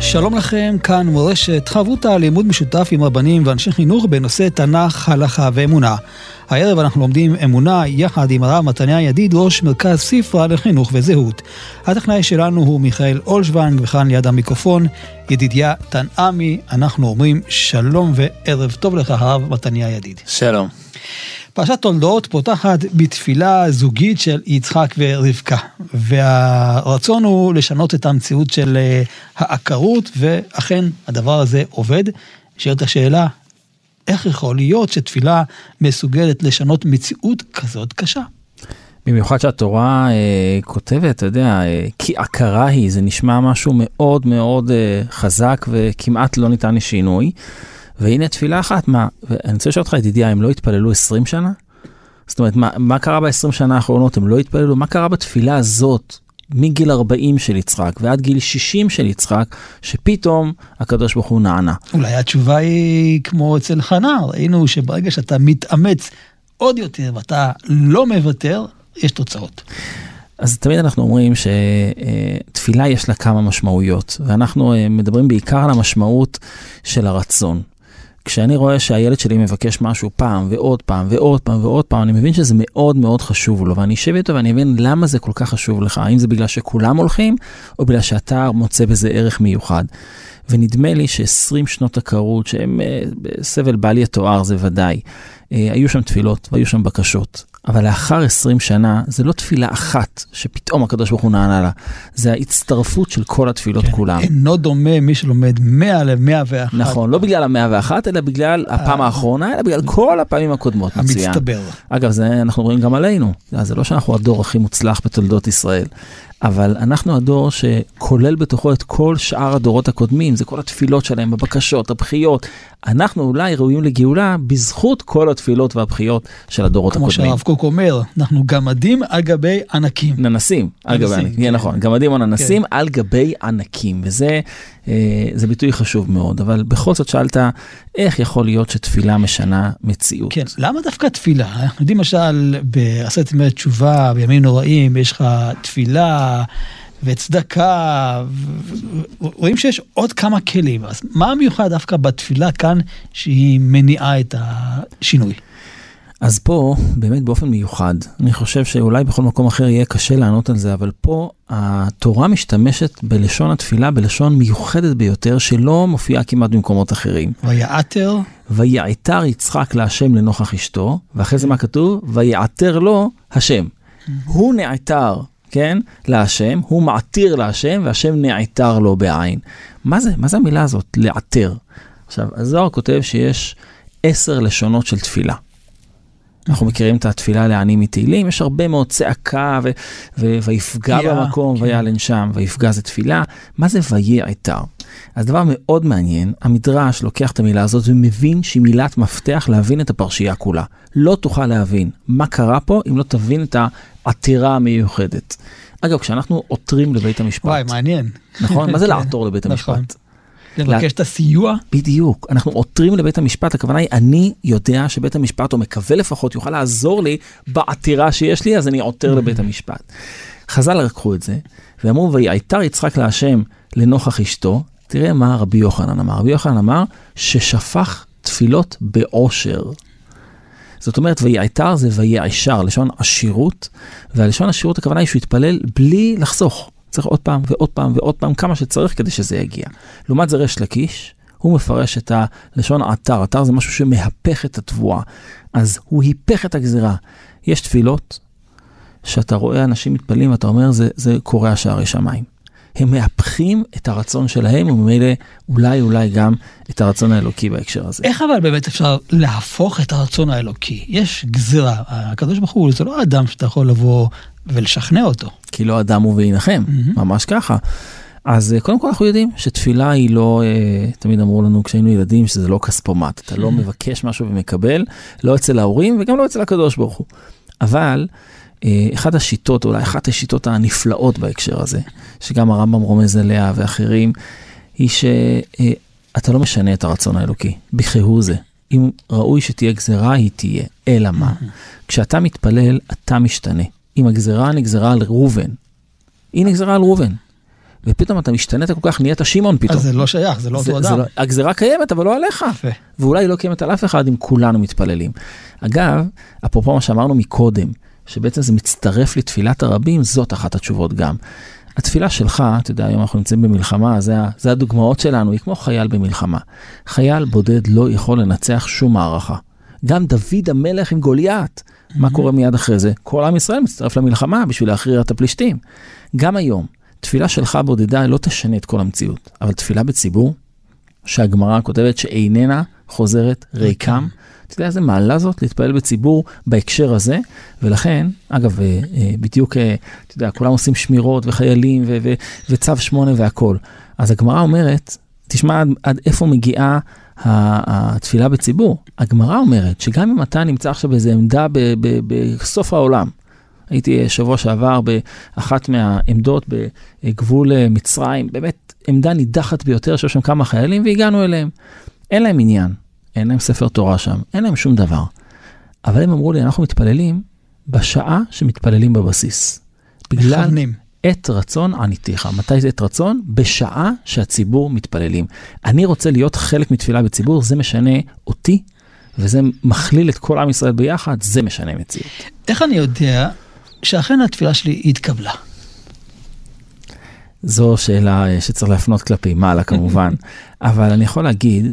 שלום לכם, כאן מורשת חברותא, לימוד משותף עם רבנים ואנשי חינוך בנושא תנ"ך, הלכה ואמונה. הערב אנחנו לומדים אמונה יחד עם הרב מתניה ידיד, ראש מרכז ספרא לחינוך וזהות. הטכנאי שלנו הוא מיכאל אולשוונג, וכאן ליד המיקרופון ידידיה תנעמי. אנחנו אומרים שלום וערב טוב לך הרב מתניה ידיד. שלום. פרשת תולדות פותחת בתפילה זוגית של יצחק ורבקה, והרצון הוא לשנות את המציאות של העקרות, ואכן הדבר הזה עובד. שאלת השאלה, איך יכול להיות שתפילה מסוגלת לשנות מציאות כזאת קשה? במיוחד שהתורה כותבת, אתה יודע, כי עקרה היא, זה נשמע משהו מאוד מאוד חזק וכמעט לא ניתן לשינוי. והנה תפילה אחת, אני רוצה לשאול אותך ידידיה, הם לא התפללו 20 שנה? זאת אומרת, מה קרה ב-20 שנה האחרונות? הם לא התפללו? מה קרה בתפילה הזאת, מגיל 40 של יצחק ועד גיל 60 של יצחק, שפתאום הקדוש ברוך הוא נענה? אולי התשובה היא כמו אצל חנה, ראינו שברגע שאתה מתאמץ עוד יותר ואתה לא מוותר, יש תוצאות. אז תמיד אנחנו אומרים שתפילה יש לה כמה משמעויות, ואנחנו מדברים בעיקר על המשמעות של הרצון. כשאני רואה שהילד שלי מבקש משהו פעם ועוד פעם ועוד פעם ועוד פעם, אני מבין שזה מאוד מאוד חשוב לו, ואני אשב איתו ואני מבין למה זה כל כך חשוב לך, האם זה בגלל שכולם הולכים, או בגלל שאתה מוצא בזה ערך מיוחד. ונדמה לי ש20 שנות עקרות, שהם סבל בל יתואר, זה ודאי, היו שם תפילות והיו שם בקשות, אבל לאחר 20 שנה, זה לא תפילה אחת שפתאום הקדוש ברוך הוא נענה לה, זה ההצטרפות של כל התפילות כולם. אינו דומה מי שלומד 100 ל-101. נכון, לא בגלל ה-101, אלא בגלל הפעם האחרונה, אלא בגלל כל הפעמים הקודמות. המצטבר. אגב, זה אנחנו רואים גם עלינו, זה לא שאנחנו הדור הכי מוצלח בתולדות ישראל, אבל אנחנו הדור שכולל בתוכו את כל שאר הדורות הקודמים, זה כל התפילות שלהם, הבקשות, הבחיות. אנחנו אולי ראויים לגאולה בזכות כל התפילות והבחיות של הדורות הקודמים. כמו שהרב קוק אומר, אנחנו גמדים על גבי ענקים. ננסים, על גבי ענקים, כן. נכון, גמדים או ננסים על גבי ענקים, וזה ביטוי חשוב מאוד, אבל בכל זאת שאלת, איך יכול להיות שתפילה משנה מציאות? כן, למה דווקא תפילה? אנחנו יודעים משל, בעשרת ימי תשובה, בימים נוראים, יש לך תפילה וצדקה, רואים שיש עוד כמה כלים, אז מה המיוחד דווקא בתפילה כאן, שהיא מניעה את השינוי? אז פה, באמת באופן מיוחד, אני חושב שאולי בכל מקום אחר יהיה קשה לענות על זה, אבל פה התורה משתמשת בלשון התפילה, בלשון מיוחדת ביותר, שלא מופיעה כמעט במקומות אחרים. ויעתר? ויעתר יצחק להשם לנוכח אשתו, ואחרי זה מה כתוב? ויעתר לו השם. הוא נעתר, כן? להשם, הוא מעתיר להשם, והשם נעתר לו בעין. מה זה? מה זה המילה הזאת? לעתר. עכשיו, הזוהר כותב שיש 10 לשונות של תפילה. אנחנו מכירים את התפילה לעני מתהילים, יש הרבה מאוד צעקה, ויפגע במקום, ויעלן שם, ויפגע זה תפילה. מה זה ויעתר? אז דבר מאוד מעניין, המדרש לוקח את המילה הזאת, ומבין שהיא מילת מפתח להבין את הפרשייה כולה. לא תוכל להבין מה קרה פה, אם לא תבין את העתירה המיוחדת. אגב, כשאנחנו עותרים לבית המשפט. וואי, מעניין. נכון? מה זה לעתור לבית המשפט? לבקש את הסיוע? בדיוק. אנחנו עותרים לבית המשפט, הכוונה היא, אני יודע שבית המשפט, או מקווה לפחות, יוכל לעזור לי בעתירה שיש לי, אז אני עותר לבית המשפט. חז"ל לקחו את זה, ואמרו, ויעתר יצחק להשם לנוכח אשתו, תראה מה רבי יוחנן אמר. רבי יוחנן אמר, ששפך תפילות בעושר. זאת אומרת, ויעתר זה ויעשר, לשון עשירות, והלשון עשירות הכוונה היא שהוא יתפלל בלי לחסוך. צריך עוד פעם ועוד פעם ועוד פעם, כמה שצריך כדי שזה יגיע. לעומת זה ריש לקיש, הוא מפרש את הלשון עתר. עתר זה משהו שמהפך את התבואה. אז הוא היפך את הגזירה. יש תפילות שאתה רואה אנשים מתפלים ואתה אומר, זה קורע שערי שמיים. הם מהפכים את הרצון שלהם, וממילא אולי גם את הרצון האלוקי בהקשר הזה. איך אבל באמת אפשר להפוך את הרצון האלוקי? יש גזירה. הקדוש ברוך הוא, זה לא אדם שאתה יכול לבוא ולשכנע אותו. כי לא אדם הוא וינחם, ממש ככה. אז קודם כל אנחנו יודעים שתפילה היא לא, תמיד אמרו לנו כשהיינו ילדים, שזה לא כספומט. אתה לא מבקש משהו ומקבל, לא אצל ההורים וגם לא אצל הקדוש ברוך הוא. אבל אחת השיטות, אולי אחת השיטות הנפלאות בהקשר הזה, שגם הרמב"ם רומז עליה ואחרים, היא שאתה לא משנה את הרצון האלוקי, בכהו זה. אם ראוי שתהיה גזרה, היא תהיה. אלא מה? כשאתה מתפלל, אתה משתנה. אם הגזרה נגזרה על ראובן, היא נגזרה על ראובן. ופתאום אתה משתנית כל כך, נהיית שמעון פתאום. אז זה לא שייך, זה לא אותו אדם. הגזרה קיימת, אבל לא עליך. ואולי לא קיימת על אף אחד אם כולנו מתפללים. אגב, אפרופו מה שאמרנו מקודם, שבעצם זה מצטרף לתפילת הרבים, זאת אחת התשובות גם. התפילה שלך, אתה יודע, היום אנחנו נמצאים במלחמה, זה הדוגמאות שלנו, היא כמו חייל במלחמה. חייל בודד לא יכול לנצח שום מערכה. גם דוד המלך עם גוליית, מה קורה מיד אחרי זה? כל עם ישראל מצטרף למלחמה בשביל להכריע את הפלישתים. גם היום, תפילה שלך בודדה לא תשנה את כל המציאות, אבל תפילה בציבור, שהגמרא כותבת שאיננה חוזרת ריקם, אתה יודע איזה מעלה זאת להתפעל בציבור בהקשר הזה, ולכן, אגב, בדיוק, אתה יודע, כולם עושים שמירות וחיילים וצו 8 והכל. אז הגמרא אומרת, תשמע עד איפה מגיעה התפילה בציבור. הגמרא אומרת שגם אם אתה נמצא עכשיו באיזו עמדה בסוף העולם, הייתי שבוע שעבר באחת מהעמדות בגבול מצרים, באמת עמדה נידחת ביותר, שיש שם כמה חיילים והגענו אליהם. אין להם עניין, אין להם ספר תורה שם, אין להם שום דבר. אבל הם אמרו לי, אנחנו מתפללים בשעה שמתפללים בבסיס. בגלל עת רצון עניתיך. מתי זה עת רצון? בשעה שהציבור מתפללים. אני רוצה להיות חלק מתפילה בציבור, זה משנה אותי, וזה מכליל את כל עם ישראל ביחד, זה משנה מציאות. איך אני יודע שאכן התפילה שלי התקבלה? זו שאלה שצריך להפנות כלפי מעלה כמובן, אבל אני יכול להגיד,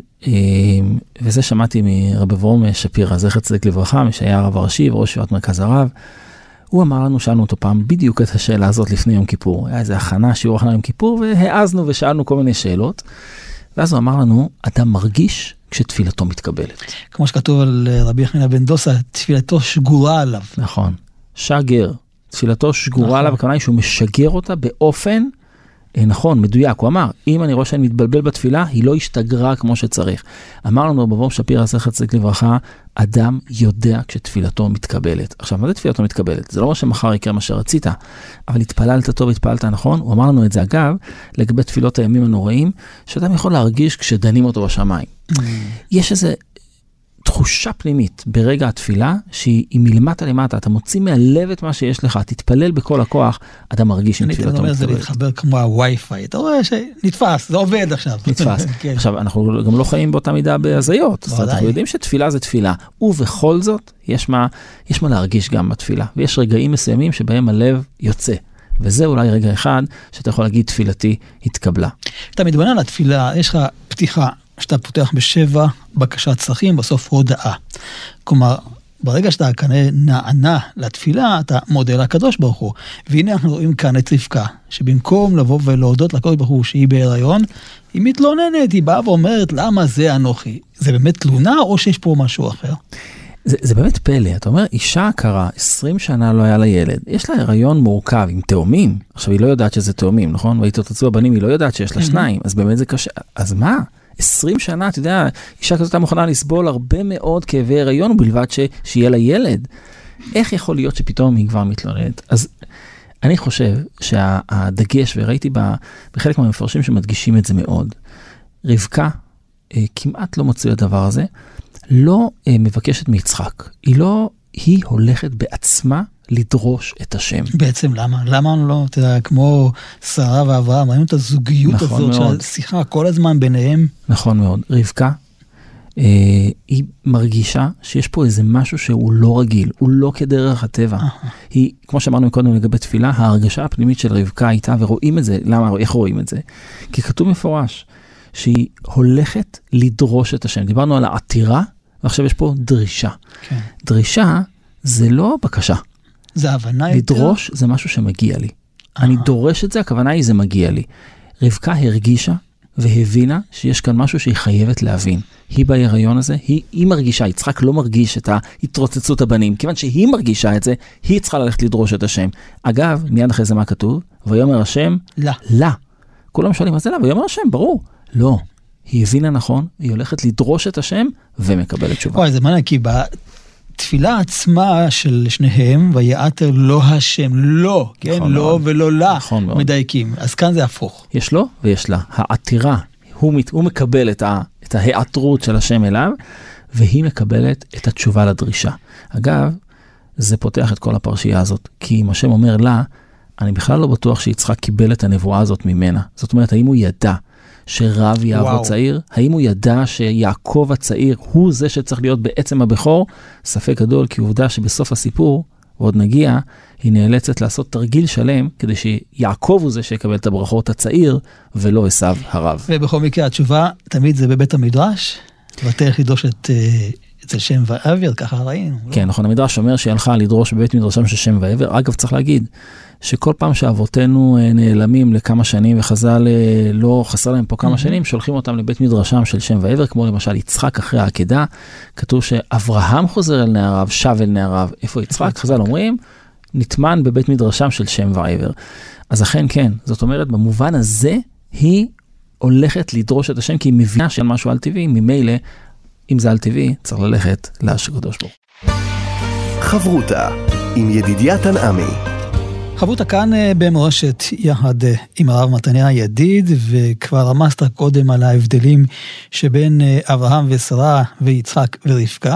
וזה שמעתי מרב אברום שפירא, זכר צדיק לברכה, מי שהיה הרב הראשי וראש ישיבת מרכז הרב, הוא אמר לנו, שאלנו אותו פעם בדיוק את השאלה הזאת לפני יום כיפור, היה איזה הכנה, שיעור הכנה יום כיפור, והעזנו ושאלנו כל מיני שאלות, ואז הוא אמר לנו, אדם מרגיש כשתפילתו מתקבלת. כמו שכתוב על רבי יחנינא בן דוסא, תפילתו שגורה עליו. נכון, שגר, תפילתו שגורה עליו, הכוונה היא שהוא משגר אותה באופן, נכון, מדויק, הוא אמר, אם אני רואה שאני מתבלבל בתפילה, היא לא השתגרה כמו שצריך. אמר לנו רב אברום שפירא זכר צדיק לברכה, אדם יודע כשתפילתו מתקבלת. עכשיו, מה זה תפילתו מתקבלת? זה לא אומר שמחר יקרה מה שרצית, אבל התפללת טוב, התפללת נכון. הוא אמר לנו את זה אגב, לגבי תפילות הימים הנוראים, שאדם יכול להרגיש כשדנים אותו בשמיים. יש איזה תחושה פנימית ברגע התפילה, שהיא מלמטה למטה, אתה מוציא מהלב את מה שיש לך, תתפלל בכל הכוח, אדם מרגיש עם תפילתו מתקבלת. זה להתחבר כמו הווי-פיי, אתה רואה שנתפס, זה עובד עכשיו. נתפס. עכשיו, אנחנו גם לא חיים באותה מידה בהזיות, זאת אומרת, אנחנו יודעים שתפילה זה תפילה, ובכל זאת, יש מה להרגיש גם בתפילה, ויש רגעים מסוימים שבהם הלב יוצא, וזה אולי רגע אחד שאתה יכול להגיד תפילתי התקבלה. אתה מתבונן על התפילה, יש לך פתיחה, שאתה פותח ב7 בקשת צרכים, בסוף הודעה. כלומר, ברגע שאתה כנראה נענה לתפילה, אתה מודה לקדוש ברוך הוא. והנה אנחנו רואים כאן את רבקה, שבמקום לבוא ולהודות לקדוש ברוך הוא שהיא בהיריון, היא מתלוננת, היא באה ואומרת, למה זה אנוכי? זה באמת תלונה או שיש פה משהו אחר? זה באמת פלא, אתה אומר, אישה קרה, 20 שנה לא היה לה ילד, יש לה הריון מורכב עם תאומים, עכשיו היא לא יודעת שזה תאומים, נכון? והתרוצצו הבנים, היא לא יודעת שיש לה 2, אז באמת זה קשה, אז מה? 20 שנה, אתה יודע, אישה כזאת מוכנה לסבול הרבה מאוד כאבי הריון, ובלבד שיהיה לה ילד. איך יכול להיות שפתאום היא כבר מתלוננת? אז אני חושב שהדגש, וראיתי בחלק מהמפרשים שמדגישים את זה מאוד, רבקה כמעט לא מוציא הדבר הזה, לא מבקשת מיצחק. היא הולכת בעצמה לדרוש את השם. בעצם למה? למה לא, אתה יודע, כמו שרה ואברהם, ראינו את הזוגיות הזאת, שהשיחה כל הזמן ביניהם. נכון מאוד. רבקה, היא מרגישה שיש פה איזה משהו שהוא לא רגיל, הוא לא כדרך הטבע. היא, כמו שאמרנו קודם לגבי תפילה, ההרגשה הפנימית של רבקה הייתה, ורואים את זה, למה, איך רואים את זה? כי כתוב מפורש, שהיא הולכת לדרוש את השם. דיברנו על העתירה, ועכשיו יש פה דרישה. כן. דרישה זה לא בקשה. זה הבנה יותר? לדרוש זה משהו שמגיע לי. אני דורש את זה, הכוונה היא זה מגיע לי. רבקה הרגישה והבינה שיש כאן משהו שהיא חייבת להבין. היא בהיריון הזה, היא מרגישה, יצחק לא מרגיש את ההתרוצצות הבנים, כיוון שהיא מרגישה את זה, היא צריכה ללכת לדרוש את השם. אגב, מיד אחרי זה מה כתוב? ויאמר השם, לה. כולם שואלים, מה זה לה? ויאמר השם, ברור. לא. היא הבינה נכון, היא הולכת לדרוש את השם ומקבלת תשובה. וואי, זה מעניין, כי בתפילה עצמה של שניהם, ויעתר לא השם, לא, כן? נכון לא מאוד. ולא לה, נכון מדייקים. אז כאן זה הפוך. יש לו ויש לה. העתירה, הוא מקבל את ההיעתרות של השם אליו, והיא מקבלת את התשובה לדרישה. אגב, זה פותח את כל הפרשייה הזאת, כי אם השם אומר לה, אני בכלל לא בטוח שיצחק קיבל את הנבואה הזאת ממנה. זאת אומרת, האם הוא ידע שרב יעבוד צעיר? האם הוא ידע שיעקב הצעיר הוא זה שצריך להיות בעצם הבכור? ספק גדול, כי עובדה שבסוף הסיפור, ועוד נגיע, היא נאלצת לעשות תרגיל שלם, כדי שיעקב הוא זה שיקבל את הברכות הצעיר, ולא עשיו הרב. ובכל מקרה, התשובה תמיד זה בבית המדרש, ותלך לדרוש אצל שם ועבר, ככה ראינו. כן, נכון, המדרש אומר שהיא הלכה לדרוש בבית מדרשם של שם ועבר. אגב, צריך להגיד, שכל פעם שאבותינו נעלמים לכמה שנים, וחז"ל לא חסר להם פה כמה שנים, שולחים אותם לבית מדרשם של שם ועבר, כמו למשל יצחק אחרי העקדה, כתוב שאברהם חוזר אל נעריו, שב אל נעריו. איפה יצחק? חז"ל אומרים, נטמן בבית מדרשם של שם ועבר. אז אכן כן, זאת אומרת, במובן הזה, היא הולכת לדרוש את השם, כי היא מבינה של משהו על טבעי, ממילא, אם זה על טבעי, צריך ללכת לקדוש ברוך הוא. חברותה עם ידידיה תנעמי. חברותה כאן במורשת יחד עם הרב מתניה ידיד, וכבר רמזת קודם על ההבדלים שבין אברהם ושרה ויצחק ורבקה,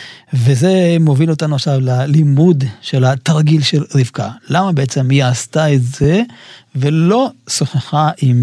וזה מוביל אותנו עכשיו ללימוד של התרגיל של רבקה. למה בעצם היא עשתה את זה ולא שוחחה עם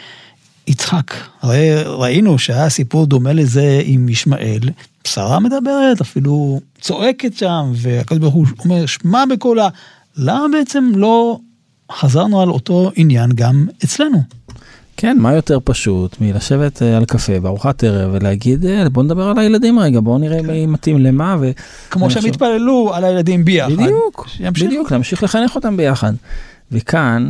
יצחק? הרי ראינו שהיה סיפור דומה לזה עם ישמעאל, שרה מדברת, אפילו צועקת שם, והקדוש ברוך הוא אומר שמע בקולה. למה בעצם לא חזרנו על אותו עניין גם אצלנו? כן, מה יותר פשוט מלשבת על קפה בארוחת ערב ולהגיד, בוא נדבר על הילדים רגע, בוא נראה מי מתאים למה. כמו שהם התפללו על הילדים ביחד. בדיוק, להמשיך לחנך אותם ביחד. וכאן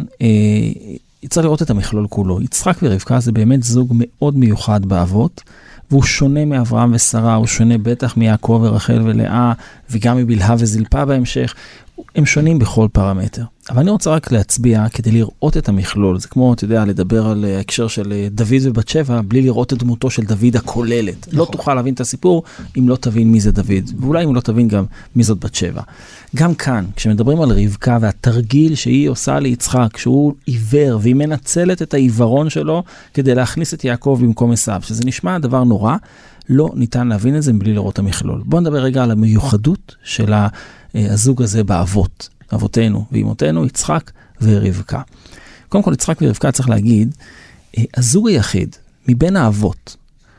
צריך לראות את המכלול כולו. יצחק ורבקה זה באמת זוג מאוד מיוחד באבות, והוא שונה מאברהם ושרה, הוא שונה בטח מיעקב ורחל ולאה, וגם מבלהה וזלפה בהמשך. הם שונים בכל פרמטר. אבל אני רוצה רק להצביע כדי לראות את המכלול. זה כמו, אתה יודע, לדבר על ההקשר של דוד ובת שבע, בלי לראות את דמותו של דוד הכוללת. לא תוכל להבין את הסיפור אם לא תבין מי זה דוד, ואולי אם לא תבין גם מי זאת בת שבע. גם כאן, כשמדברים על רבקה והתרגיל שהיא עושה ליצחק, שהוא עיוור, והיא מנצלת את העיוורון שלו כדי להכניס את יעקב במקום עשיו, שזה נשמע דבר נורא, לא ניתן להבין את זה בלי לראות את המכלול. בואו נדבר רגע על המיוחדות של הזוג הזה באבות, אבותינו ואימותינו, יצחק ורבקה. קודם כל, יצחק ורבקה צריך להגיד, הזוג היחיד מבין האבות,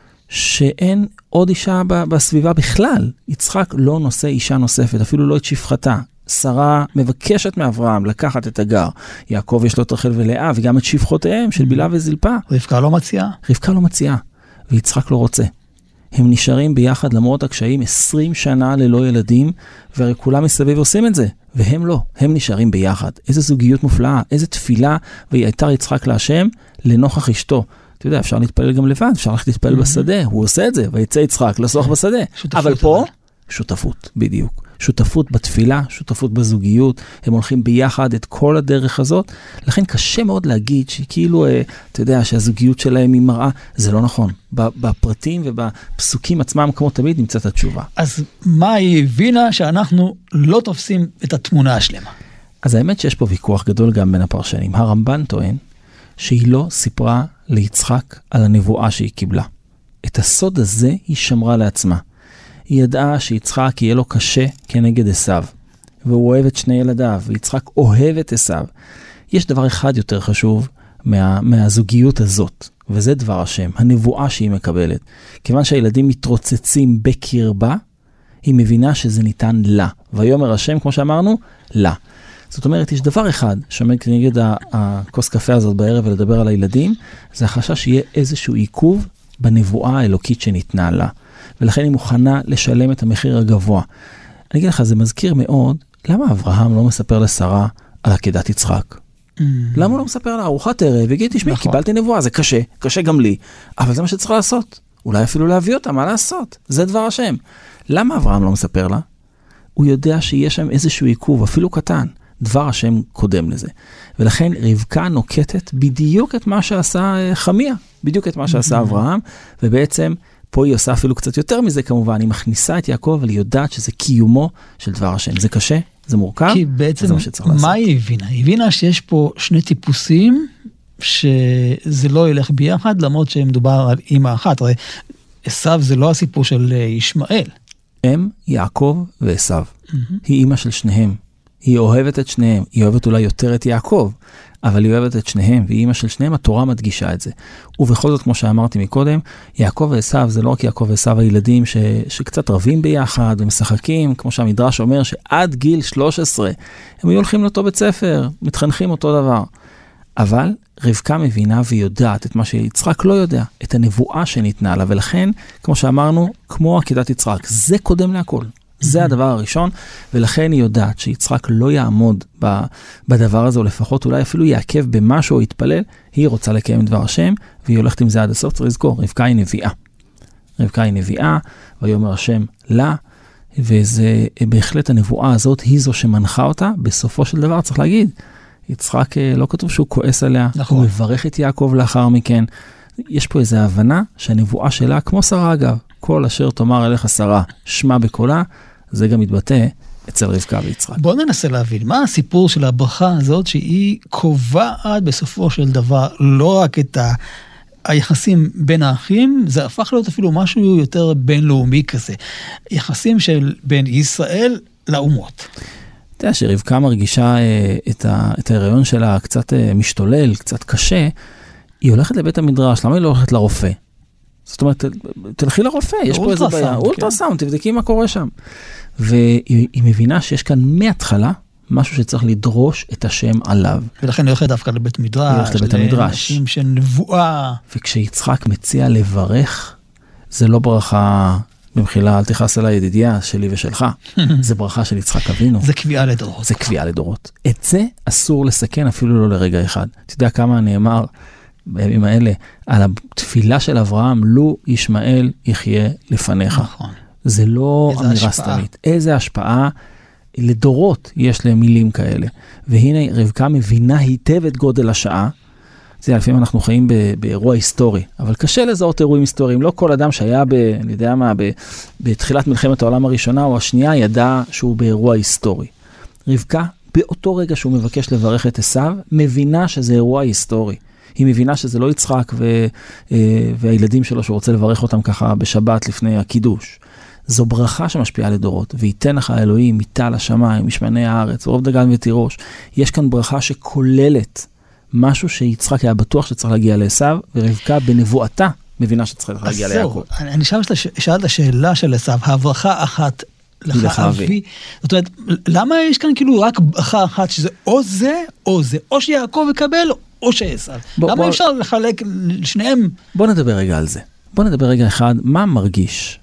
שאין עוד אישה בסביבה בכלל. יצחק לא נושא אישה נוספת, אפילו לא את שפחתה. שרה מבקשת מאברהם לקחת את הגר. יעקב יש לו את רחל ולאה, וגם את שפחותיהם של בלהה וזלפה. רבקה לא מציעה. רבקה לא מציעה, ויצחק לא רוצה. הם נשארים ביחד למרות הקשיים 20 שנה ללא ילדים, והרי כולם מסביב עושים את זה, והם לא, הם נשארים ביחד. איזו זוגיות מופלאה, איזו תפילה, ויתר יצחק להשם לנוכח אשתו. אתה יודע, אפשר להתפלל גם לבד, אפשר ללכת להתפלל בשדה, הוא עושה את זה, ויצא יצחק לשוח בשדה. אבל פה, שותפות, בדיוק. שותפות בתפילה, שותפות בזוגיות, הם הולכים ביחד את כל הדרך הזאת, לכן קשה מאוד להגיד שכאילו, אתה יודע, שהזוגיות שלהם היא מראה, זה לא נכון. בפרטים ובפסוקים עצמם, כמו תמיד, נמצאת התשובה. אז מה היא הבינה שאנחנו לא תופסים את התמונה השלמה? אז האמת שיש פה ויכוח גדול גם בין הפרשנים. הרמב"ן טוען שהיא לא סיפרה ליצחק על הנבואה שהיא קיבלה. את הסוד הזה היא שמרה לעצמה. היא ידעה שיצחק יהיה לו קשה כנגד עשיו, והוא אוהב את שני ילדיו, ויצחק אוהב את עשיו. יש דבר אחד יותר חשוב מהזוגיות הזאת, וזה דבר השם, הנבואה שהיא מקבלת. כיוון שהילדים מתרוצצים בקרבה, היא מבינה שזה ניתן לה. ויאמר השם, כמו שאמרנו, לה. זאת אומרת, יש דבר אחד שעומד כנגד הכוס קפה הזאת בערב ולדבר על הילדים, זה החשש שיהיה איזשהו עיכוב בנבואה האלוקית שניתנה לה. ולכן היא מוכנה לשלם את המחיר הגבוה. אני אגיד לך, זה מזכיר מאוד, למה אברהם לא מספר לשרה על עקדת יצחק? למה הוא לא מספר לה ארוחת ערב? וגיד, תשמעי, קיבלתי נבואה, זה קשה, קשה גם לי, אבל זה מה שצריך לעשות. אולי אפילו להביא אותה, מה לעשות? זה דבר השם. למה אברהם לא מספר לה? הוא יודע שיש שם איזשהו עיכוב, אפילו קטן. דבר השם קודם לזה. ולכן רבקה נוקטת בדיוק את מה שעשה חמיה, בדיוק את מה שעשה אברהם, ובעצם פה היא עושה אפילו קצת יותר מזה כמובן, היא מכניסה את יעקב, אבל היא יודעת שזה קיומו של דבר השם. זה קשה, זה מורכב, כי בעצם מה היא הבינה? היא הבינה שיש פה שני טיפוסים, שזה לא ילך ביחד, למרות שמדובר על אמא אחת. הרי עשיו זה לא הסיפור של ישמעאל. הם יעקב ועשיו. היא אמא של שניהם. היא אוהבת את שניהם, היא אוהבת אולי יותר את יעקב, אבל היא אוהבת את שניהם, והיא אמא של שניהם, התורה מדגישה את זה. ובכל זאת, כמו שאמרתי מקודם, יעקב ועשיו זה לא רק יעקב ועשיו הילדים שקצת רבים ביחד ומשחקים, כמו שהמדרש אומר שעד גיל 13 הם היו הולכים לאותו בית ספר, מתחנכים אותו דבר. אבל רבקה מבינה ויודעת את מה שיצחק לא יודע, את הנבואה שניתנה לה, ולכן, כמו שאמרנו, כמו עקדת יצחק, זה קודם להכל. זה הדבר הראשון, ולכן היא יודעת שיצחק לא יעמוד בדבר הזה, או לפחות אולי אפילו יעכב במשהו או יתפלל, היא רוצה לקיים דבר השם, והיא הולכת עם זה עד הסוף. צריך לזכור, רבקה היא נביאה. רבקה היא נביאה, ויאמר השם לה, וזה בהחלט הנבואה הזאת, היא זו שמנחה אותה. בסופו של דבר צריך להגיד, יצחק לא כתוב שהוא כועס עליה, נכון. הוא מברך את יעקב לאחר מכן. יש פה איזו הבנה שהנבואה שלה, כמו שרה אגב, כל אשר תאמר אליך שרה, שמע בקולה, זה גם מתבטא אצל רבקה ויצחק. בואו ננסה להבין, מה הסיפור של הברכה הזאת שהיא קובעת בסופו של דבר, לא רק את היחסים בין האחים, זה הפך להיות אפילו משהו יותר בינלאומי כזה. יחסים של בין ישראל לאומות. אתה יודע שרבקה מרגישה את ההיריון שלה קצת משתולל, קצת קשה, היא הולכת לבית המדרש, למה היא לא הולכת לרופא? זאת אומרת, תלכי לרופא, יש פה איזה בעיה, אולטרסאונד, תבדקי מה קורה שם. והיא מבינה שיש כאן מההתחלה משהו שצריך לדרוש את השם עליו. ולכן היא הולכת דווקא לבית מדרש, לאנשים של נבואה. וכשיצחק מציע לברך, זה לא ברכה במחילה, אל תכעס אליי ידידיה שלי ושלך, זה ברכה של יצחק אבינו. זה קביעה לדורות. זה קביעה לדורות. את זה אסור לסכן אפילו לא לרגע אחד. אתה יודע כמה נאמר בימים האלה, על התפילה של אברהם, לו ישמעאל יחיה לפניך. נכון. זה לא אמירה סתמית. איזה השפעה לדורות יש למילים כאלה. והנה רבקה מבינה היטב את גודל השעה. זה לפעמים אנחנו חיים באירוע היסטורי, אבל קשה לזהות אירועים היסטוריים. לא כל אדם שהיה אני יודע מה, בתחילת מלחמת העולם הראשונה או השנייה, ידע שהוא באירוע היסטורי. רבקה, באותו רגע שהוא מבקש לברך את עשיו, מבינה שזה אירוע היסטורי. היא מבינה שזה לא יצחק והילדים שלו שהוא רוצה לברך אותם ככה בשבת לפני הקידוש. זו ברכה שמשפיעה לדורות, ויתן לך אלוהים מטל השמיים, משמני הארץ, ורוב דגן ותירוש. יש כאן ברכה שכוללת משהו שיצחק היה בטוח שצריך להגיע לעשיו, ורבקה בנבואתה מבינה שצריך להגיע ליעקב. אני שאלת השאלה של עשיו, הברכה אחת לך אבי. זאת אומרת, למה יש כאן כאילו רק ברכה אחת שזה או זה או זה, או שיעקב יקבל או שעשיו? למה אפשר לחלק לשניהם? בוא נדבר רגע על זה. בוא נדבר רגע אחד, מה מרגיש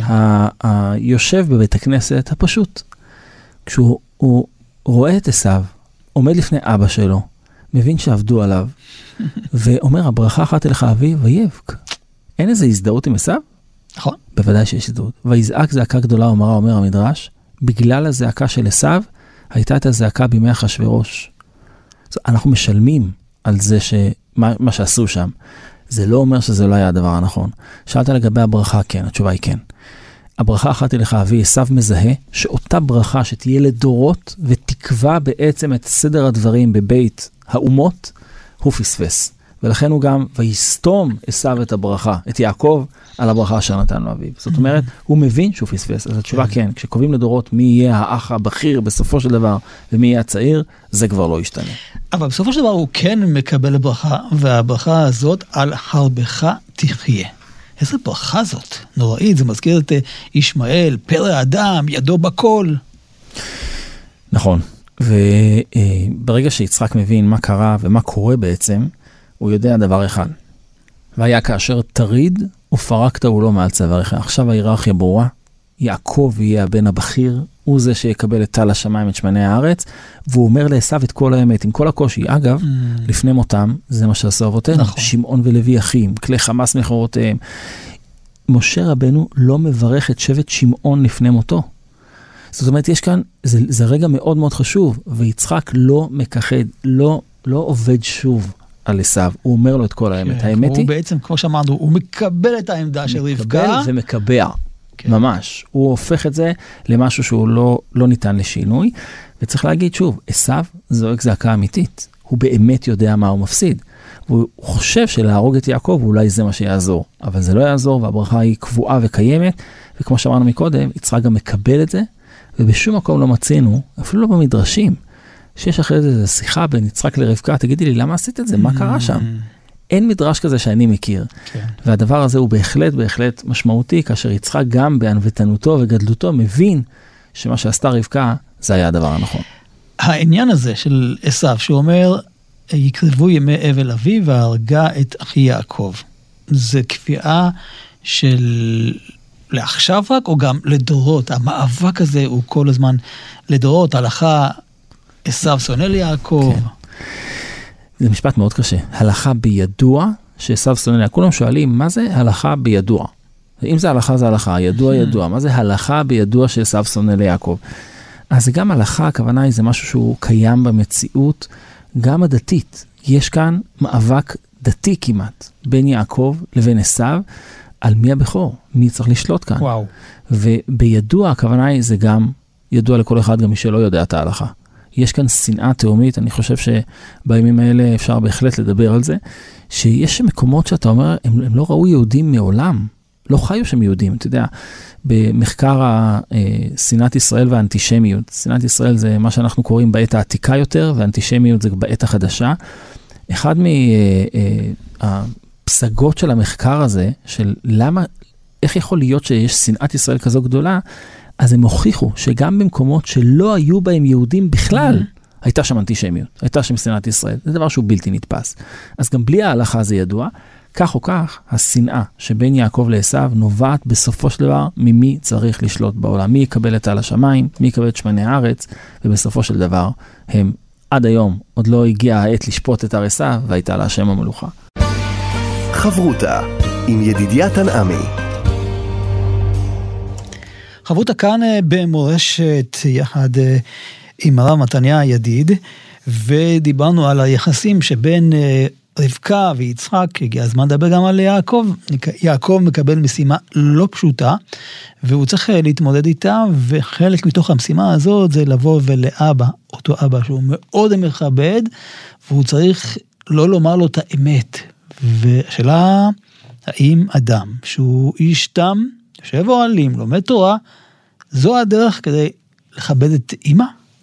היושב בבית הכנסת הפשוט, כשהוא רואה את עשיו, עומד לפני אבא שלו, מבין שעבדו עליו, ואומר, הברכה אחת אליך אבי, ויבק. אין איזה הזדהות עם עשיו? נכון. בוודאי שיש הזדהות. ויזעק זעקה גדולה ומרה, אומר המדרש, בגלל הזעקה של עשיו, הייתה את הזעקה בימי אחשוורוש. אנחנו משלמים על זה מה שעשו שם. זה לא אומר שזה לא היה הדבר הנכון. שאלת לגבי הברכה, כן, התשובה היא כן. הברכה אחת אליך אבי, עשיו מזהה, שאותה ברכה שתהיה לדורות, ותקבע בעצם את סדר הדברים בבית האומות, הוא פספס. ולכן הוא גם, ויסתום עשיו את הברכה, את יעקב, על הברכה אשר נתן לו אביו. זאת אומרת, הוא מבין שהוא פספס. אז התשובה כן, כשקובעים לדורות מי יהיה האח הבכיר בסופו של דבר, ומי יהיה הצעיר, זה כבר לא ישתנה. אבל בסופו של דבר הוא כן מקבל ברכה, והברכה הזאת על הרבך תחיה. איזה ברכה זאת? נוראית, זה מזכיר את ישמעאל, פרא אדם, ידו בכל. נכון. וברגע שיצחק מבין מה קרה ומה קורה בעצם, הוא יודע דבר אחד. והיה כאשר תריד ופרקת הוא לא מעל צווארך. עכשיו ההיררכיה ברורה. יעקב יהיה הבן הבכיר, הוא זה שיקבל את טל השמיים, את שמני הארץ, והוא אומר לעשיו את כל האמת, עם כל הקושי. אגב, לפני מותם, זה מה שעשו אבותינו. נכון. שמעון ולוי אחים, כלי חמאס מחורותיהם. משה רבנו לא מברך את שבט שמעון לפני מותו. זאת אומרת, יש כאן, זה רגע מאוד מאוד חשוב, ויצחק לא מכחד, לא עובד שוב על עשיו, הוא אומר לו את כל האמת. האמת היא... הוא בעצם, כמו שאמרנו, הוא מקבל את העמדה של רבקה. מקבל ומקבע. ממש. הוא הופך את זה למשהו שהוא לא ניתן לשינוי, וצריך להגיד שוב, עשיו זועק זעקה אמיתית. הוא באמת יודע מה הוא מפסיד. הוא חושב שלהרוג את יעקב אולי זה מה שיעזור, אבל זה לא יעזור, והברכה היא קבועה וקיימת, וכמו שאמרנו מקודם, יצחק גם מקבל את זה, ובשום מקום לא מצינו, אפילו לא במדרשים, שיש אחרי זה שיחה בין יצחק לרבקה, תגידי לי, למה עשית את זה? מה קרה שם? אין מדרש כזה שאני מכיר. כן. והדבר הזה הוא בהחלט משמעותי, כאשר יצחק גם בענוותנותו וגדלותו מבין שמה שעשתה רבקה, זה היה הדבר הנכון. העניין הזה של עשיו, שהוא אומר, יקרבו ימי אבל אבי והרגה את אחי יעקב. זה קביעה של לעכשיו רק, או גם לדורות. המאבק הזה הוא כל הזמן לדורות. הלכה עשיו שונא ליעקב. כן. זה משפט מאוד קשה. הלכה בידוע שעשיו שונא ליעקב. כולם שואלים, מה זה הלכה בידוע? אם זה הלכה, זה הלכה. ידוע. מה זה הלכה בידוע שעשיו שונא ליעקב? אז זה גם הלכה, הכוונה היא זה משהו שהוא קיים במציאות, גם הדתית. יש כאן מאבק דתי כמעט, בין יעקב לבין עשיו, על מי הבכור, מי צריך לשלוט כאן. וואו. ובידוע, הכוונה היא זה גם ידוע לכל אחד, גם מי שלא יודע את ההלכה. יש כאן שנאה תאומית, אני חושב שבימים האלה אפשר בהחלט לדבר על זה, שיש מקומות שאתה אומר, הם לא ראו יהודים מעולם, לא חיו שם יהודים, אתה יודע, במחקר שנאת ישראל והאנטישמיות, שנאת ישראל זה מה שאנחנו קוראים בעת העתיקה יותר, והאנטישמיות זה בעת החדשה. אחד מהפסגות של המחקר הזה, של למה, איך יכול להיות שיש שנאת ישראל כזו גדולה, אז הם הוכיחו שגם במקומות שלא היו בהם יהודים בכלל, הייתה שם אנטישמיות, הייתה שם שנאת ישראל. זה דבר שהוא בלתי נתפס. אז גם בלי ההלכה זה ידוע, כך או כך, השנאה שבין יעקב לעשיו נובעת בסופו של דבר ממי צריך לשלוט בעולם. מי יקבל את על השמיים, מי יקבל את שמני הארץ, ובסופו של דבר הם עד היום עוד לא הגיעה העת לשפוט את עשיו, והייתה לה השם המלוכה. חברותה עם ידידיה תנעמי. חברותה כאן במורשת יחד עם הרב מתניה ידיד, ודיברנו על היחסים שבין רבקה ויצחק. הגיע הזמן לדבר גם על יעקב. יעקב מקבל משימה לא פשוטה, והוא צריך להתמודד איתה, וחלק מתוך המשימה הזאת זה לבוא ולאבא, אותו אבא שהוא מאוד מכבד, והוא צריך לא לומר לו את האמת. והשאלה, האם אדם שהוא איש תם, יושב אוהלים, לומד תורה, זו הדרך כדי לכבד את אמא?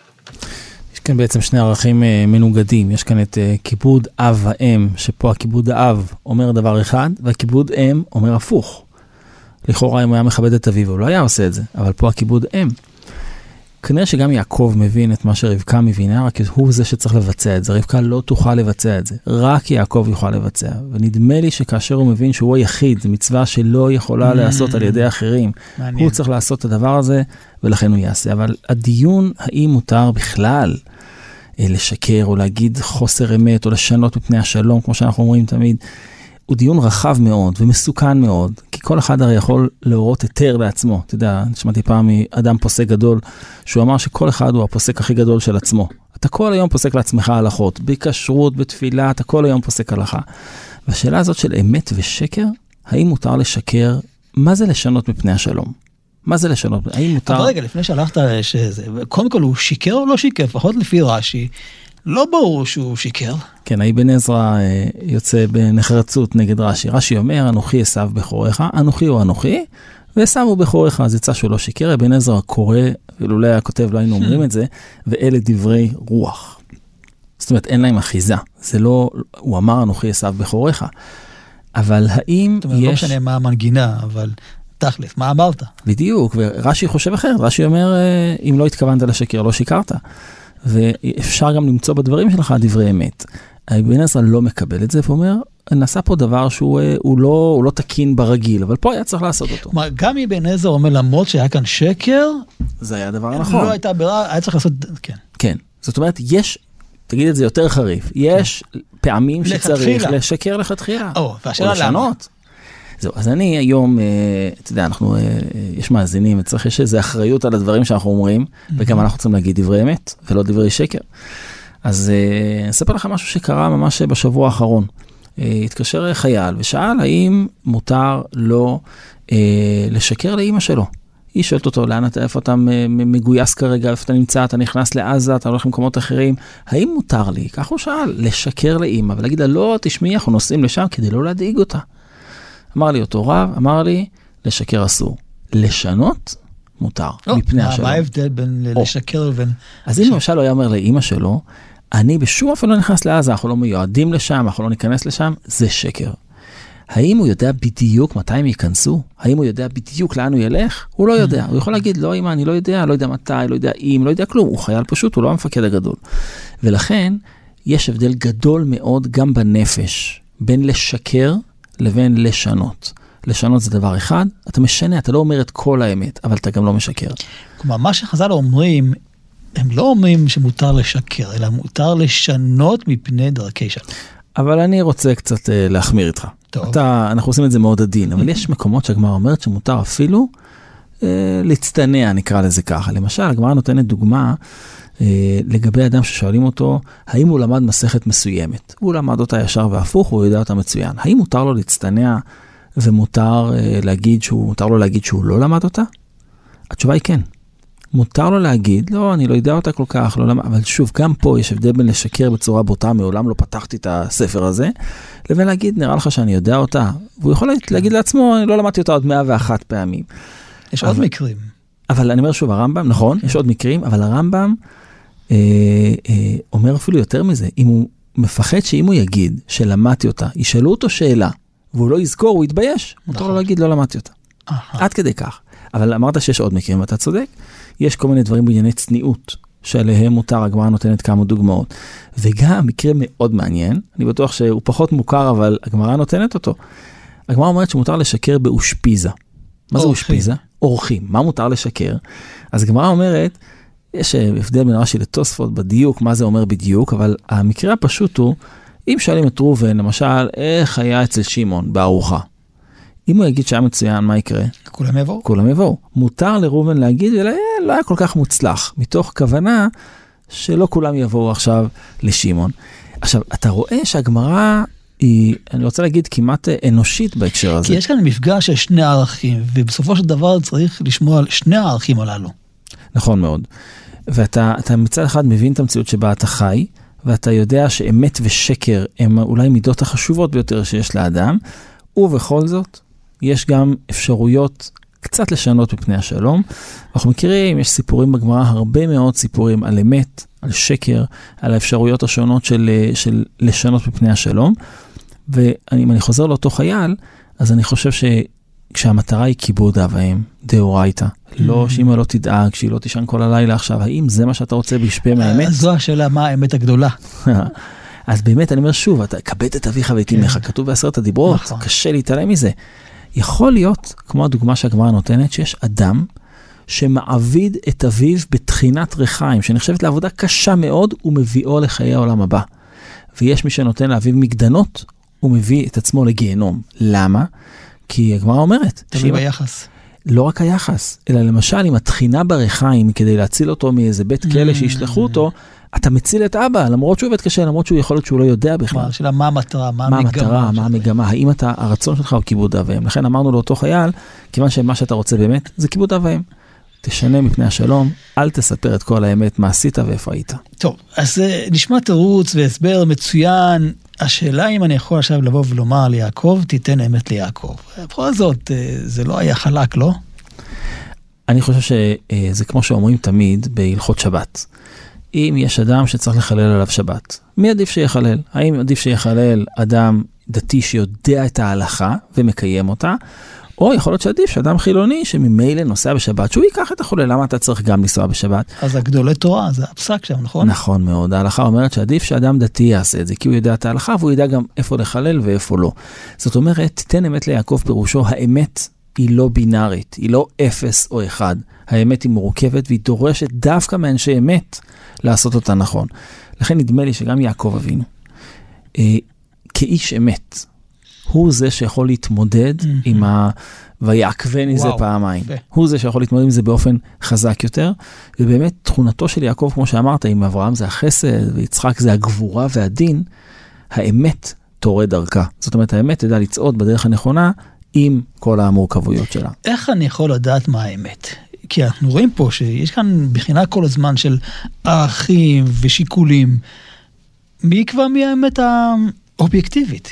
יש כאן בעצם שני ערכים מנוגדים. יש כאן את כיבוד אב האם, שפה הכיבוד האב אומר דבר אחד, והכיבוד אם אומר הפוך. לכאורה אם הוא היה מכבד את אביו, הוא לא היה עושה את זה, אבל פה הכיבוד אם. כנראה שגם יעקב מבין את מה שרבקה מבינה, רק הוא זה שצריך לבצע את זה. רבקה לא תוכל לבצע את זה, רק יעקב יוכל לבצע. ונדמה לי שכאשר הוא מבין שהוא היחיד, זו מצווה שלא יכולה לעשות על ידי אחרים. הוא צריך לעשות את הדבר הזה, ולכן הוא יעשה. אבל הדיון, האם מותר בכלל לשקר, או להגיד חוסר אמת, או לשנות מפני השלום, כמו שאנחנו אומרים תמיד, הוא דיון רחב מאוד ומסוכן מאוד, כי כל אחד הרי יכול להורות היתר לעצמו. אתה יודע, שמעתי פעם מאדם פוסק גדול, שהוא אמר שכל אחד הוא הפוסק הכי גדול של עצמו. אתה כל היום פוסק לעצמך הלכות, בכשרות, בתפילה, אתה כל היום פוסק הלכה. והשאלה הזאת של אמת ושקר, האם מותר לשקר? מה זה לשנות מפני השלום? מה זה לשנות? האם מותר... אבל רגע, לפני שהלכת שזה, קודם כל הוא שיקר או לא שיקר? לפחות לפי רש"י, לא ברור שהוא שיקר. כן, אבן עזרא יוצא בנחרצות נגד רש"י. רש"י אומר, אנוכי עשיו בכורך, אנוכי הוא אנוכי, ועשיו הוא בכורך, אז יצא שהוא לא שיקר. אבן עזרא קורא, ואולי היה כותב, לא היינו אומרים את זה, ואלה דברי רוח. זאת אומרת, אין להם אחיזה. זה לא, הוא אמר, אנוכי עשיו בכורך. אבל האם זאת אומרת, יש... לא משנה מה המנגינה, אבל תכלס, מה אמרת? בדיוק, ורש"י חושב אחרת. רש"י אומר, אם לא התכוונת לשקר, לא שיקרת. ואפשר גם למצוא בדברים שלך דברי אמת. אבן עזרא לא מקבל את זה, ואומר, נעשה פה דבר שהוא לא תקין ברגיל, אבל פה היה צריך לעשות אותו. כלומר, גם אבן עזרא אומר, למרות שהיה כאן שקר, זה היה דבר נכון. לא הייתה ברירה, היה צריך לעשות, כן. כן, זאת אומרת, יש, תגיד את זה יותר חריף, יש פעמים שצריך לשקר לכתחילה. או לשנות. זהו, אז אני היום, אתה יודע, אנחנו, יש מאזינים, יש איזו אחריות על הדברים שאנחנו אומרים, וגם אנחנו צריכים להגיד דברי אמת, ולא דברי שקר. אז אני אספר לך משהו שקרה ממש בשבוע האחרון. התקשר חייל ושאל האם מותר לו לשקר לאמא שלו. היא שואלת אותו, איפה אתה מגויס כרגע, איפה אתה נמצא, אתה נכנס לעזה, אתה הולך למקומות אחרים, האם מותר לי, כך הוא שאל, לשקר לאמא, ולהגיד לה, לא, תשמעי, אנחנו נוסעים לשם כדי לא להדאיג אותה. אמר לי אותו רב, אמר לי, לשקר אסור. לשנות, מותר, מפני השלום. מה ההבדל בין לשקר לבין... אז אם למשל הוא היה אומר לאמא שלו, אני בשום אופן לא נכנס לעזה, אנחנו לא מיועדים לשם, אנחנו לא ניכנס לשם, זה שקר. האם הוא יודע בדיוק מתי הם ייכנסו? האם הוא יודע בדיוק לאן הוא ילך? הוא לא יודע. הוא יכול להגיד, לא אמא, אני לא יודע מתי, לא יודע אם, לא יודע כלום. הוא חייל פשוט, הוא לא המפקד הגדול. ולכן, יש הבדל גדול מאוד גם בנפש, בין לשקר לבין לשנות. לשנות זה דבר אחד, אתה משנה, אתה לא אומר את כל האמת, אבל אתה גם לא משקר. כלומר, מה שחז"ל אומרים, הם לא אומרים שמותר לשקר, אלא מותר לשנות מפני דרכי שלום. אבל אני רוצה קצת להחמיר איתך. אנחנו עושים את זה מאוד עדין, אבל יש מקומות שהגמרא אומרת שמותר אפילו להצטנע, נקרא לזה ככה. למשל, הגמרא נותנת דוגמה לגבי אדם ששואלים אותו, האם הוא למד מסכת מסוימת? הוא למד אותה ישר והפוך, הוא יודע אותה מצוין. האם מותר לו להצטנע ומותר לו להגיד שהוא לא למד אותה? התשובה היא כן. מותר לו להגיד, לא, אני לא יודע אותה כל כך, לא למד, אבל שוב, גם פה יש הבדל בין לשקר בצורה בוטה, מעולם לא פתחתי את הספר הזה, לבין להגיד, נראה לך שאני יודע אותה, והוא יכול להגיד לעצמו, אני לא למדתי אותה עוד 101 פעמים. יש עוד מקרים. אבל אני אומר שוב, הרמב"ם, נכון, יש עוד מקרים, אבל הרמב"ם אומר אפילו יותר מזה, אם הוא מפחד שאם הוא יגיד שלמדתי אותה, ישאלו אותו שאלה, והוא לא יזכור, הוא יתבייש, מותר לו להגיד, לא למדתי אותה. עד כדי כך. אבל אמרת שיש עוד מקרים, ואתה צודק. יש כל מיני דברים בענייני צניעות, שעליהם מותר, הגמרא נותנת כמה דוגמאות. וגם מקרה מאוד מעניין, אני בטוח שהוא פחות מוכר, אבל הגמרא נותנת אותו. הגמרא אומרת שמותר לשקר באושפיזה. מה זה אושפיזה? אורחים. מה מותר לשקר? אז הגמרא אומרת, יש הבדל בין רש"י לתוספות בדיוק, מה זה אומר בדיוק, אבל המקרה הפשוט הוא, אם שואלים את ראובן, למשל, איך היה אצל שמעון בארוחה? אם הוא יגיד שהיה מצוין, מה יקרה? כולם יבואו. כולם יבואו. מותר לראובן להגיד, לא היה כל כך מוצלח, מתוך כוונה שלא כולם יבואו עכשיו לשמעון. עכשיו, אתה רואה שהגמרא היא, אני רוצה להגיד, כמעט אנושית בהקשר הזה. כי יש כאן מפגש של שני ערכים, ובסופו של דבר צריך לשמוע על שני הערכים הללו. נכון מאוד. ואתה מצד אחד מבין את המציאות שבה אתה חי, ואתה יודע שאמת ושקר הם אולי מידות החשובות ביותר שיש לאדם, ובכל זאת, יש גם אפשרויות קצת לשנות מפני השלום. אנחנו מכירים, יש סיפורים בגמרא, הרבה מאוד סיפורים על אמת, על שקר, על האפשרויות השונות של לשנות מפני השלום. ואם אני חוזר לאותו חייל, אז אני חושב שכשהמטרה היא כיבוד אב ואם, דאורייתא, לא שאמא לא תדאג, שהיא לא תישן כל הלילה עכשיו, האם זה מה שאתה רוצה להשפיע מהאמת? זו השאלה, מה האמת הגדולה? אז באמת, אני אומר שוב, אתה כבד את אביך ואת אמך, כתוב בעשרת הדיברות, קשה להתעלם מזה. יכול להיות, כמו הדוגמה שהגמרא נותנת, שיש אדם שמעביד את אביו בתחינת רחיים, שנחשבת לעבודה קשה מאוד, ומביאו לחיי העולם הבא. ויש מי שנותן לאביו מגדנות, ומביא את עצמו לגיהנום. למה? כי הגמרא אומרת. תלוי ביחס. לא רק היחס, אלא למשל, אם התחינה ברחיים, כדי להציל אותו מאיזה בית כלא שישלחו אותו, אתה מציל את אבא, למרות שהוא עובד קשה, למרות שהוא יכול להיות שהוא לא יודע בכלל. השאלה, מה המטרה, מה המטרה, מה המגמה, האם הרצון שלך הוא כיבוד אב ואם. לכן אמרנו לאותו חייל, כיוון שמה שאתה רוצה באמת, זה כיבוד אב ואם. תשנה מפני השלום, אל תספר את כל האמת, מה עשית ואיפה היית. טוב, אז נשמע תירוץ והסבר מצוין. השאלה אם אני יכול עכשיו לבוא ולומר ליעקב, תיתן אמת ליעקב. בכל זאת, זה לא היה חלק, לא? אני חושב שזה כמו שאומרים תמיד בהלכות שבת. אם יש אדם שצריך לחלל עליו שבת, מי עדיף שיחלל? האם עדיף שיחלל אדם דתי שיודע את ההלכה ומקיים אותה, או יכול להיות שעדיף שאדם חילוני שממילא נוסע בשבת, שהוא ייקח את החולל, למה אתה צריך גם לנסוע בשבת? אז הגדולי תורה, זה הפסק שם, נכון? נכון מאוד, ההלכה אומרת שעדיף שאדם דתי יעשה את זה, כי הוא יודע את ההלכה, והוא יודע גם איפה לחלל ואיפה לא. זאת אומרת, תיתן אמת ליעקב פירושו, האמת היא לא בינארית, היא לא 0 או 1. האמת היא מורכבת והיא דורשת דווקא מאנשי אמת לעשות אותה נכון. לכן נדמה לי שגם יעקב אבינו, כאיש אמת, הוא זה שיכול להתמודד עם ויעקבני זה פעמיים. הוא זה שיכול להתמודד עם זה באופן חזק יותר, ובאמת תכונתו של יעקב, כמו שאמרת, עם אברהם זה החסד, ויצחק זה הגבורה והדין, האמת תורד דרכה. זאת אומרת, האמת תדע לצעוד בדרך הנכונה, עם כל המורכבויות שלה. איך אני יכול לדעת מה האמת? כי אנחנו רואים פה שיש כאן בחינה כל הזמן של ערכים ושיקולים. מי יקבע מי האמת האובייקטיבית?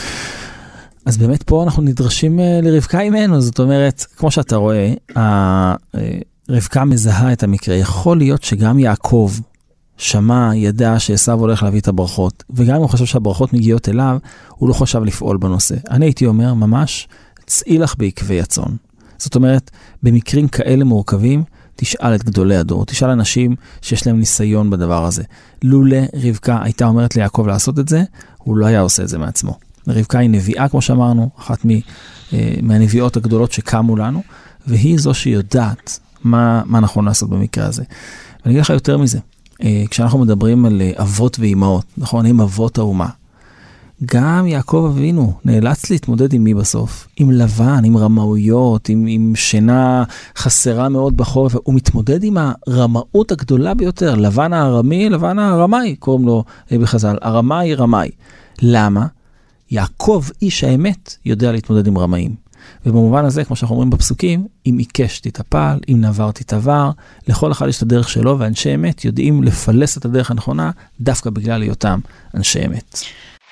אז באמת פה אנחנו נדרשים לרבקה אימנו, זאת אומרת, כמו שאתה רואה, רבקה מזהה את המקרה. יכול להיות שגם יעקב שמע, ידע שעשיו הולך להביא את הברכות, וגם אם הוא חושב שהברכות מגיעות אליו, הוא לא חושב לפעול בנושא. אני הייתי אומר ממש, צאי לך בעקבי הצאן. זאת אומרת, במקרים כאלה מורכבים, תשאל את גדולי הדור, תשאל אנשים שיש להם ניסיון בדבר הזה. לולא רבקה הייתה אומרת ליעקב לעשות את זה, הוא לא היה עושה את זה מעצמו. רבקה היא נביאה, כמו שאמרנו, אחת מהנביאות הגדולות שקמו לנו, והיא זו שיודעת מה נכון לעשות במקרה הזה. ואני אגיד לך יותר מזה, כשאנחנו מדברים על אבות ואימהות, נכון, הם אבות האומה, גם יעקב אבינו נאלץ להתמודד עם מי בסוף? עם לבן, עם רמאויות, עם שינה חסרה מאוד בחורף, הוא מתמודד עם הרמאות הגדולה ביותר, לבן הארמי, לבן הארמי, קוראים לו בחז"ל, הרמאי רמאי. למה? יעקב, איש האמת, יודע להתמודד עם רמאים. ובמובן הזה, כמו שאנחנו אומרים בפסוקים, אם עיקש תתאפל, אם נעבר תתעבר, לכל אחד יש את הדרך שלו, ואנשי אמת יודעים לפלס את הדרך הנכונה, דווקא בגלל היותם אנשי אמת.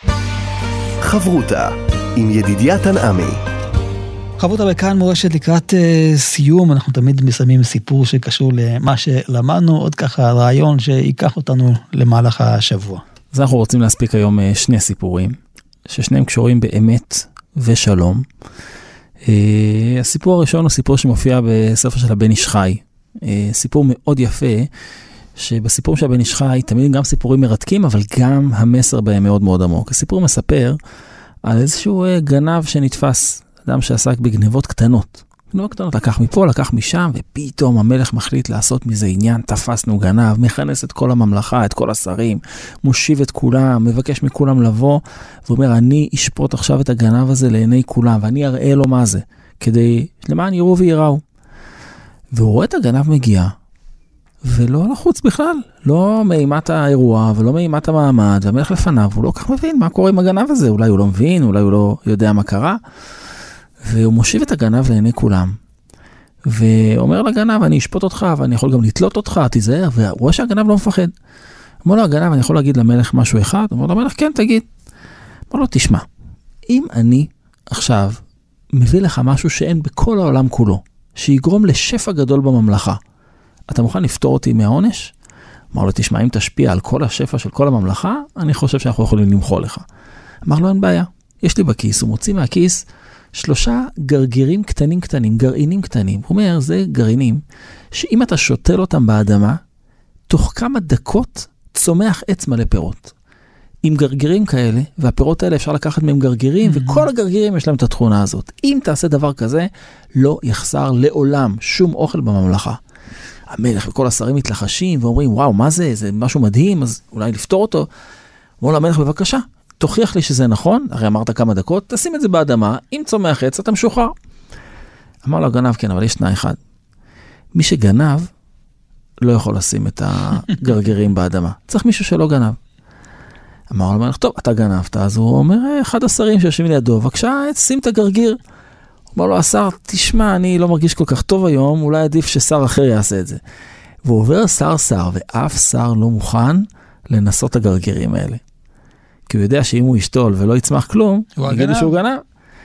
חברותה עם ידידיה תנעמי. חברותה בכאן מורשת לקראת סיום, אנחנו תמיד מסיימים סיפור שקשור למה שלמדנו, עוד ככה רעיון שיקח אותנו למהלך השבוע. אז אנחנו רוצים להספיק היום שני סיפורים, ששניהם קשורים באמת ושלום. הסיפור הראשון הוא סיפור שמופיע בספר של הבן איש חי. סיפור מאוד יפה, שבסיפור של הבן איש חי תמיד גם סיפורים מרתקים, אבל גם המסר בהם מאוד מאוד עמוק. הסיפור מספר על איזשהו גנב שנתפס, אדם שעסק בגנבות קטנות. גנבות קטנות, לקח מפה, לקח משם, ופתאום המלך מחליט לעשות מזה עניין, תפסנו גנב, מכנס את כל הממלכה, את כל השרים, מושיב את כולם, מבקש מכולם לבוא, ואומר, אני אשפוט עכשיו את הגנב הזה לעיני כולם, ואני אראה לו מה זה, כדי למען יראו ויראו. והוא רואה את הגנב מגיע, ולא לחוץ בכלל, לא מאימת האירוע, ולא מאימת המעמד, והמלך לפניו, הוא לא כך מבין מה קורה עם הגנב הזה, אולי הוא לא מבין, אולי הוא לא יודע מה קרה, והוא מושיב את הגנב לעיני כולם, ואומר לגנב, אני אשפוט אותך, ואני יכול גם לתלות אותך, תיזהר, והוא רואה שהגנב לא מפחד. אומר לו הגנב, אני יכול להגיד למלך משהו אחד? אומר לו המלך, כן, תגיד. אומר לו, תשמע, אם אני עכשיו מביא לך משהו שאין בכל העולם כולו, שיגרום לשפע גדול בממלכה, אתה מוכן לפתור אותי מהעונש? אמר לו, תשמע, אם תשפיע על כל השפע של כל הממלכה, אני חושב שאנחנו יכולים למחול לך. אמר לו, אין בעיה. יש לי בכיס, הוא מוציא מהכיס 3 גרגירים קטנים, גרעינים קטנים. הוא אומר, זה גרעינים, שאם אתה שוטל אותם באדמה, תוך כמה דקות צומח עץ מלא פירות. עם גרגירים כאלה, והפירות האלה אפשר לקחת מהם גרגירים, וכל הגרגירים יש להם את התכונה הזאת. אם תעשה דבר כזה, לא יחסר לעולם שום אוכל בממלכה. המלך וכל השרים מתלחשים ואומרים, וואו, מה זה? זה משהו מדהים, אז אולי לפתור אותו. אמרו למלך, בבקשה, תוכיח לי שזה נכון, הרי אמרת כמה דקות, תשים את זה באדמה, אם צומח עץ, אתה משוחרר. אמר לו הגנב, כן, אבל יש תנאי אחד. מי שגנב, לא יכול לשים את הגרגירים באדמה. צריך מישהו שלא גנב. אמר לו המלך, טוב, אתה גנבת, אז הוא אומר, אחד השרים שיושבים לידו, בבקשה, שים את הגרגיר. אמר לו, השר, תשמע, אני לא מרגיש כל כך טוב היום, אולי עדיף ששר אחר יעשה את זה. והוא עובר שר, ואף שר לא מוכן לנסות את הגרגירים האלה. כי הוא יודע שאם הוא ישתול ולא יצמח כלום, יגידו שהוא גנב.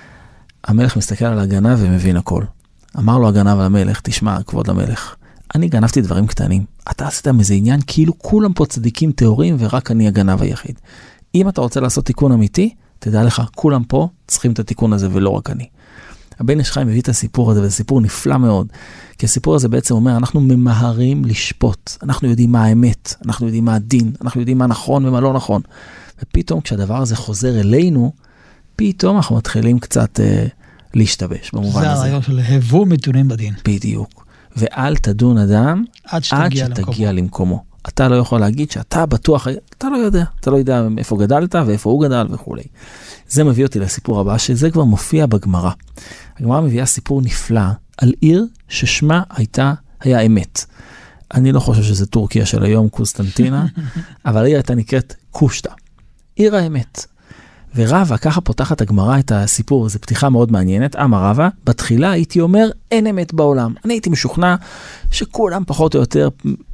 המלך מסתכל על הגנב ומבין הכל. אמר לו הגנב למלך, תשמע, כבוד המלך, אני גנבתי דברים קטנים. אתה עשית מזה עניין כאילו כולם פה צדיקים תיאורים ורק אני הגנב היחיד. אם אתה רוצה לעשות תיקון אמיתי, תדע לך, כולם פה צריכים את התיקון הזה ולא רק אני. הבן איש חי מביא את הסיפור הזה, וזה סיפור נפלא מאוד. כי הסיפור הזה בעצם אומר, אנחנו ממהרים לשפוט. אנחנו יודעים מה האמת, אנחנו יודעים מה הדין, אנחנו יודעים מה נכון ומה לא נכון. ופתאום כשהדבר הזה חוזר אלינו, פתאום אנחנו מתחילים קצת להשתבש במובן הזה. זה הרעיון של הבו מתונים בדין. בדיוק. ואל תדון אדם עד שתגיע למקומו. אתה לא יכול להגיד שאתה בטוח, אתה לא יודע. אתה לא יודע איפה גדלת ואיפה הוא גדל וכו'. זה מביא אותי לסיפור הבא, שזה כבר מופיע בגמרא. הגמרא מביאה סיפור נפלא על עיר ששמה היה אמת. אני לא חושב שזה טורקיה של היום, קוסטנטינה, אבל העיר הייתה נקראת קושטה. עיר האמת. ורבא, ככה פותחת הגמרא את הסיפור, זו פתיחה מאוד מעניינת. אמר רבא, בתחילה הייתי אומר, אין אמת בעולם. אני הייתי משוכנע שכולם פחות או יותר,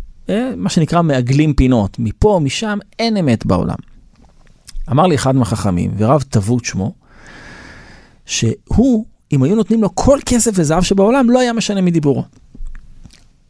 מה שנקרא מעגלים פינות, מפה, משם, אין אמת בעולם. אמר לי אחד מהחכמים, ורב תבות שמו, שהוא, אם היו נותנים לו כל כסף וזהב שבעולם, לא היה משנה מדיבורו.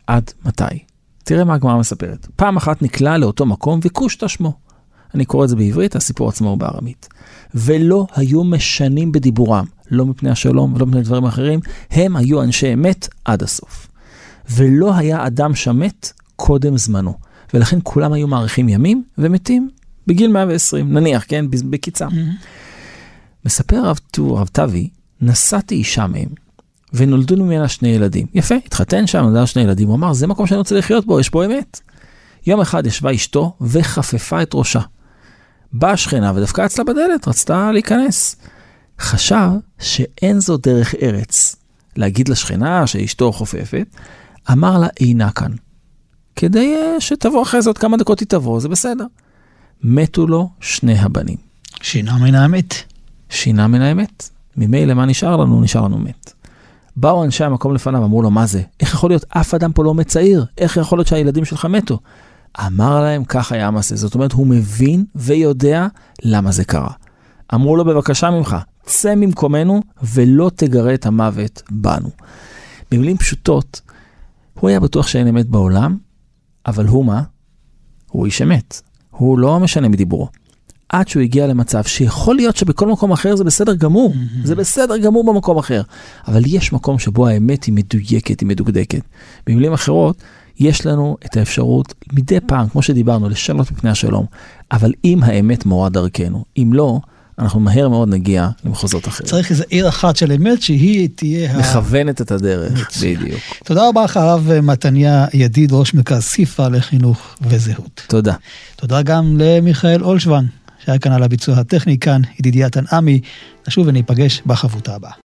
עד מתי? תראה מה הגמרא מספרת. פעם אחת נקלע לאותו מקום וקושטה שמו. אני קורא את זה בעברית, הסיפור עצמו הוא בארמית. ולא היו משנים בדיבורם, לא מפני השלום ולא מפני דברים אחרים, הם היו אנשי אמת עד הסוף. ולא היה אדם שמת קודם זמנו, ולכן כולם היו מאריכים ימים ומתים בגיל 120, נניח, כן, בקיצה. מספר רב טבי, נסעתי אישה מהם, ונולדו ממנה 2 ילדים. יפה, התחתן שם, נולדו 2 ילדים, הוא אמר, זה מקום שאני רוצה לחיות בו, יש בו אמת. יום אחד ישבה אשתו וחפפה את ראשה. באה השכנה ודווקא אצלה בדלת, רצתה להיכנס. חשב שאין זו דרך ארץ. להגיד לשכנה שאשתו חופפת, אמר לה, אינה כאן. כדי שתבוא אחרי זאת כמה דקות היא תבוא, זה בסדר. מתו לו 2 הבנים. שינה מן האמת. שינה מן האמת. ממילא מה נשאר לנו? נשאר לנו מת. באו אנשי המקום לפניו, אמרו לו, מה זה? איך יכול להיות אף אדם פה לא מצעיר? איך יכול להיות שהילדים שלך מתו? אמר להם, כך היה המעשה. זאת אומרת, הוא מבין ויודע למה זה קרה. אמרו לו, בבקשה ממך, צא ממקומנו ולא תגרה את המוות בנו. במילים פשוטות, הוא היה בטוח שאין אמת בעולם, אבל הוא מה? הוא איש אמת. הוא לא משנה מדיבורו. עד שהוא הגיע למצב שיכול להיות שבכל מקום אחר זה בסדר גמור. זה בסדר גמור במקום אחר. אבל יש מקום שבו האמת היא מדויקת, היא מדוקדקת. במילים אחרות, יש לנו את האפשרות מדי פעם, כמו שדיברנו, לשנות מפני השלום. אבל אם האמת מורה דרכנו, אם לא, אנחנו מהר מאוד נגיע למחוזות אחרים. צריך איזו עיר אחת של אמת שהיא תהיה מכוונת את הדרך, בדיוק. תודה רבה לך, הרב מתניה ידיד, ראש מרכז ספרא לחינוך וזהות. תודה. תודה גם למיכאל אולשוון, שהיה כאן על הביצוע הטכני, כאן ידידיה תנעמי. נשוב וניפגש בחברותה הבאה.